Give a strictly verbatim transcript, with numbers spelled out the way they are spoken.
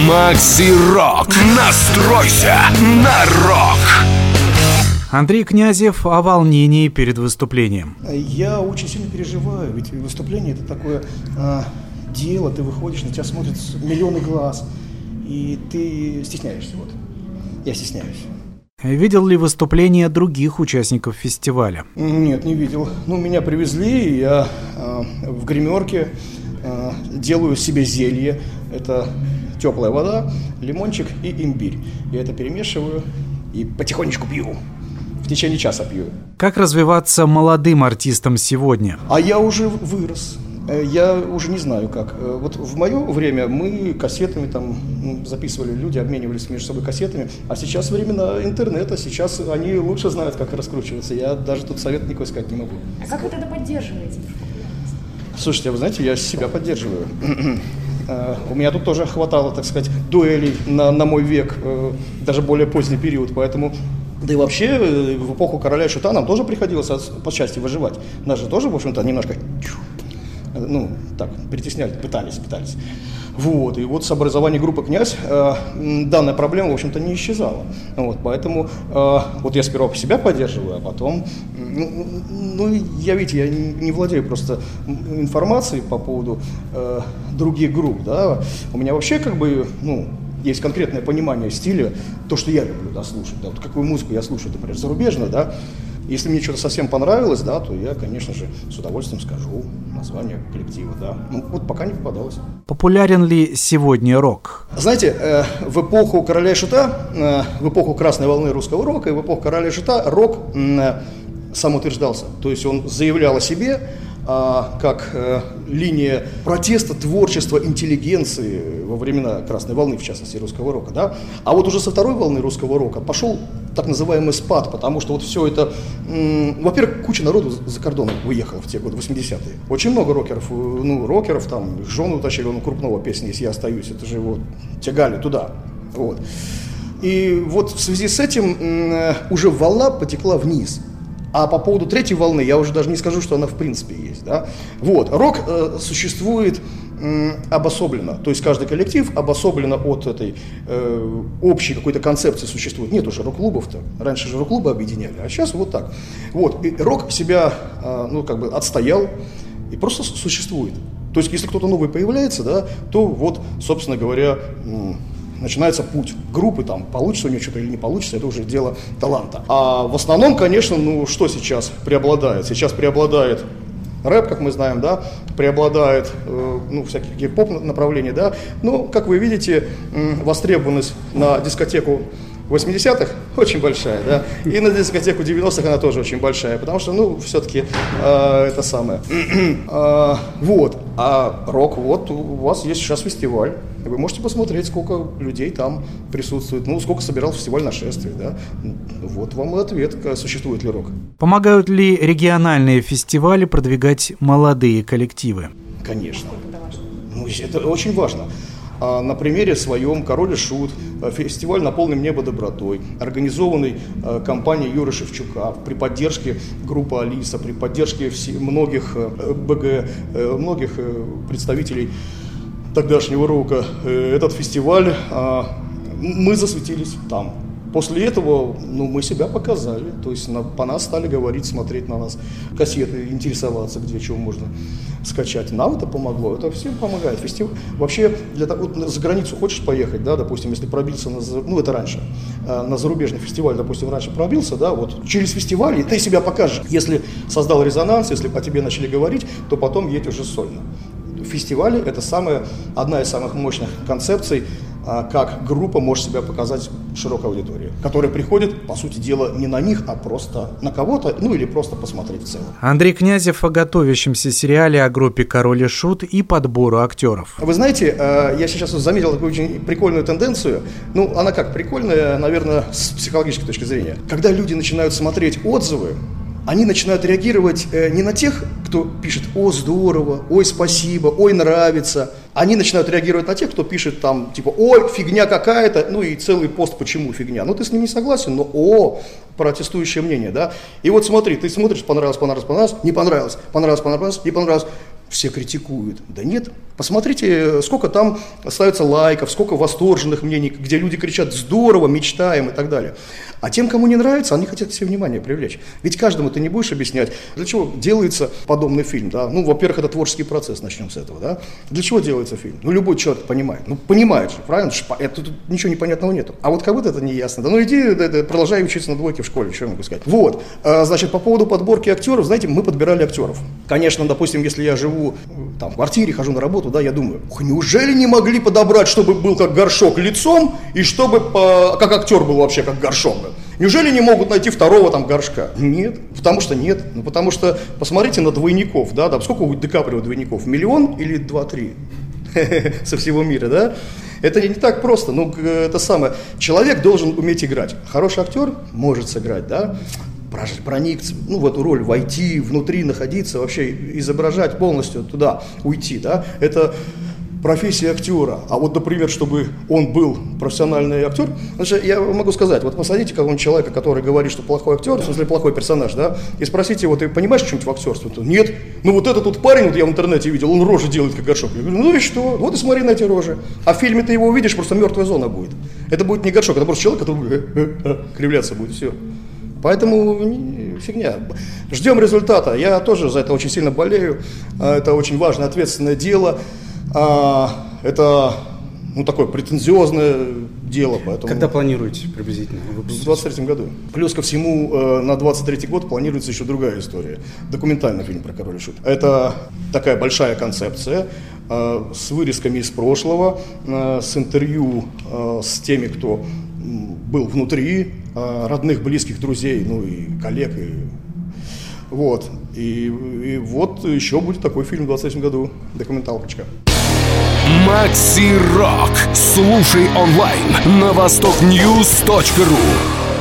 Макси Рок. Настройся на рок. Андрей Князев о волнении перед выступлением. Я очень сильно переживаю, ведь выступление – это такое а, дело, ты выходишь, на тебя смотрят миллионы глаз, и ты стесняешься. Вот. Я стесняюсь. Видел ли выступления других участников фестиваля? Нет, не видел. Ну, меня привезли, и я а, в гримерке а, делаю себе зелье. Это теплая вода, лимончик и имбирь. Я это перемешиваю и потихонечку пью. В течение часа пью. Как развиваться молодым артистам сегодня? А я уже вырос. Я уже не знаю как. Вот в мое время мы кассетами там записывали, люди обменивались между собой кассетами, а сейчас времена интернета, сейчас они лучше знают, как раскручиваться. Я даже тут совет никакой сказать не могу. А как вы тогда поддерживаете? Слушайте, а вы знаете, я себя поддерживаю. У меня тут тоже хватало, так сказать, дуэлей на, на мой век, даже более поздний период, поэтому... Да и вообще в эпоху короля и шута нам тоже приходилось по части выживать. Нас же тоже, в общем-то, немножко, ну, так, притесняли, пытались, пытались. Вот, и вот с образованием группы «Князь» э, данная проблема, в общем-то, не исчезала. Вот, поэтому э, вот я сперва себя поддерживаю, а потом, ну, ну я, видите, я не, не владею просто информацией по поводу э, других групп, да. У меня вообще, как бы, ну, есть конкретное понимание стиля, то, что я люблю, да, слушать, да, вот какую музыку я слушаю, например, зарубежную, да. Если мне что-то совсем понравилось, да, то я, конечно же, с удовольствием скажу название коллектива, да. Ну, вот пока не попадалось. Популярен ли сегодня рок? Знаете, э, в эпоху короля и шута, э, в эпоху красной волны русского рока и в эпоху короля и шута рок э, самоутверждался. То есть он заявлял о себе, А, как э, линия протеста, творчества, интеллигенции во времена красной волны, в частности, русского рока, да. А вот уже со второй волны русского рока пошел так называемый спад, потому что вот все это, м- во-первых, куча народу за кордон выехала в те годы, восьмидесятые. Очень много рокеров, ну, рокеров, там, жену утащили, ну, крупного песни «Если я остаюсь», это же вот тягали туда, вот. И вот в связи с этим м- уже волна потекла вниз. А по поводу третьей волны я уже даже не скажу, что она в принципе есть. Да? Вот. Рок э, существует э, обособленно. То есть каждый коллектив обособленно от этой э, общей какой-то концепции существует. Нет уже рок-клубов-то. Раньше же рок-клубы объединяли, а сейчас вот так. Вот. И рок себя э, ну, как бы отстоял и просто существует. То есть если кто-то новый появляется, да, то вот, собственно говоря, м- начинается путь группы, там, получится у нее что-то или не получится, это уже дело таланта. А в основном, конечно, ну, что сейчас преобладает? Сейчас преобладает рэп, как мы знаем, да, преобладает, э, ну, всякие гип-поп направления, да, но, как вы видите, э, востребованность на дискотеку восьмидесятых очень большая, да, и на дискотеку девяностых она тоже очень большая, потому что, ну, все-таки э, это самое. э, вот, а рок, вот у вас есть сейчас фестиваль, вы можете посмотреть, сколько людей там присутствует, ну, сколько собирал фестиваль «Нашествие», да, вот вам и ответ, существует ли рок. Помогают ли региональные фестивали продвигать молодые коллективы? Конечно, ну, это очень важно. На примере своем «Король и шут», фестиваль «Наполним небо добротой», организованный компанией Юры Шевчука при поддержке группы «Алиса», при поддержке многих БГ, многих представителей тогдашнего рока. Этот фестиваль, мы засветились там. После этого, ну, мы себя показали, то есть на, по нас стали говорить, смотреть на нас, кассеты, интересоваться, где чего можно скачать. Нам это помогло, это всем помогает. Фестиваль. Вообще, для того, вот за границу хочешь поехать, да, допустим, если пробился, на, ну, это раньше, на зарубежный фестиваль, допустим, раньше пробился, да, вот через фестиваль ты себя покажешь. Если создал резонанс, если о тебе начали говорить, то потом едь уже сольно. Фестивали – это самая, одна из самых мощных концепций, как группа может себя показать широкой аудитории, которая приходит, по сути дела, не на них, а просто на кого-то, ну или просто посмотреть в целом. Андрей Князев о готовящемся сериале о группе «Король и шут» и подбору актеров. Вы знаете, я сейчас заметил такую очень прикольную тенденцию. Ну, она как прикольная, наверное, с психологической точки зрения. Когда люди начинают смотреть отзывы, они начинают реагировать не на тех, кто пишет «О, здорово», «Ой, спасибо», «Ой, нравится». Они начинают реагировать на тех, кто пишет там, типа «Ой, фигня какая-то», ну и целый пост «Почему фигня?». Ну, ты с ним не согласен, но «О», протестующее мнение, да. И вот смотри, ты смотришь, понравилось, понравилось, понравилось, не понравилось, понравилось, понравилось, не понравилось. все критикуют. Да нет, посмотрите, сколько там ставится лайков, сколько восторженных мнений, где люди кричат «здорово», «мечтаем» и так далее. А тем, кому не нравится, они хотят к себе внимание привлечь. Ведь каждому ты не будешь объяснять, для чего делается подобный фильм. Да? Ну, во-первых, это творческий процесс, начнем с этого. Да? Для чего делается фильм? Ну, любой человек понимает. Ну, понимает же, правильно? Это, тут ничего непонятного нету. А вот как будто это не ясно. Да ну иди, да, да, продолжай учиться на двойке в школе, что я могу сказать. Вот, а, значит, по поводу подборки актеров, знаете, мы подбирали актеров. Конечно, допустим, если я живу там, в квартире, хожу на работу, да, я думаю, неужели не могли подобрать, чтобы был как Горшок лицом, и чтобы по, как актер был вообще как Горшок? Неужели не могут найти второго там Горшка? Нет, потому что нет. Ну, потому что посмотрите на двойников, да, да, сколько у Ди Каприо двойников? Миллион или два-три? Со всего мира, да? Это не так просто. Ну, это самое. Человек должен уметь играть. Хороший актер может сыграть, да? Проникнуться, ну, в эту роль, войти, внутри находиться, вообще изображать полностью туда, уйти, да? Это профессия актера. А вот, например, чтобы он был профессиональный актер, значит, я могу сказать, вот посадите какого-нибудь человека, который говорит, что плохой актер, в смысле плохой персонаж, да, и спросите его, ты понимаешь что-нибудь в актерстве? Нет. Ну вот этот вот парень, вот я в интернете видел, он рожи делает как Горшок. Я говорю, ну и что? Вот и смотри на эти рожи. А в фильме ты его увидишь, просто мертвая зона будет. Это будет не Горшок, это просто человек, который кривляться будет, все. Поэтому фигня. Ждем результата. Я тоже за это очень сильно болею. Это очень важное, ответственное дело. Это, ну, такое претензиозное дело. Поэтому... Когда планируете приблизительно? В двадцать третьем году. Плюс ко всему, на двадцать третий год планируется еще другая история. Документальный фильм про Король и Шут. Это такая большая концепция с вырезками из прошлого, с интервью с теми, кто был внутри, родных, близких, друзей, ну и коллег. И... Вот. И, и вот еще будет такой фильм в двадцать третьем году. Документалочка. Макси Рок. Слушай онлайн на восток ньюс точка ру.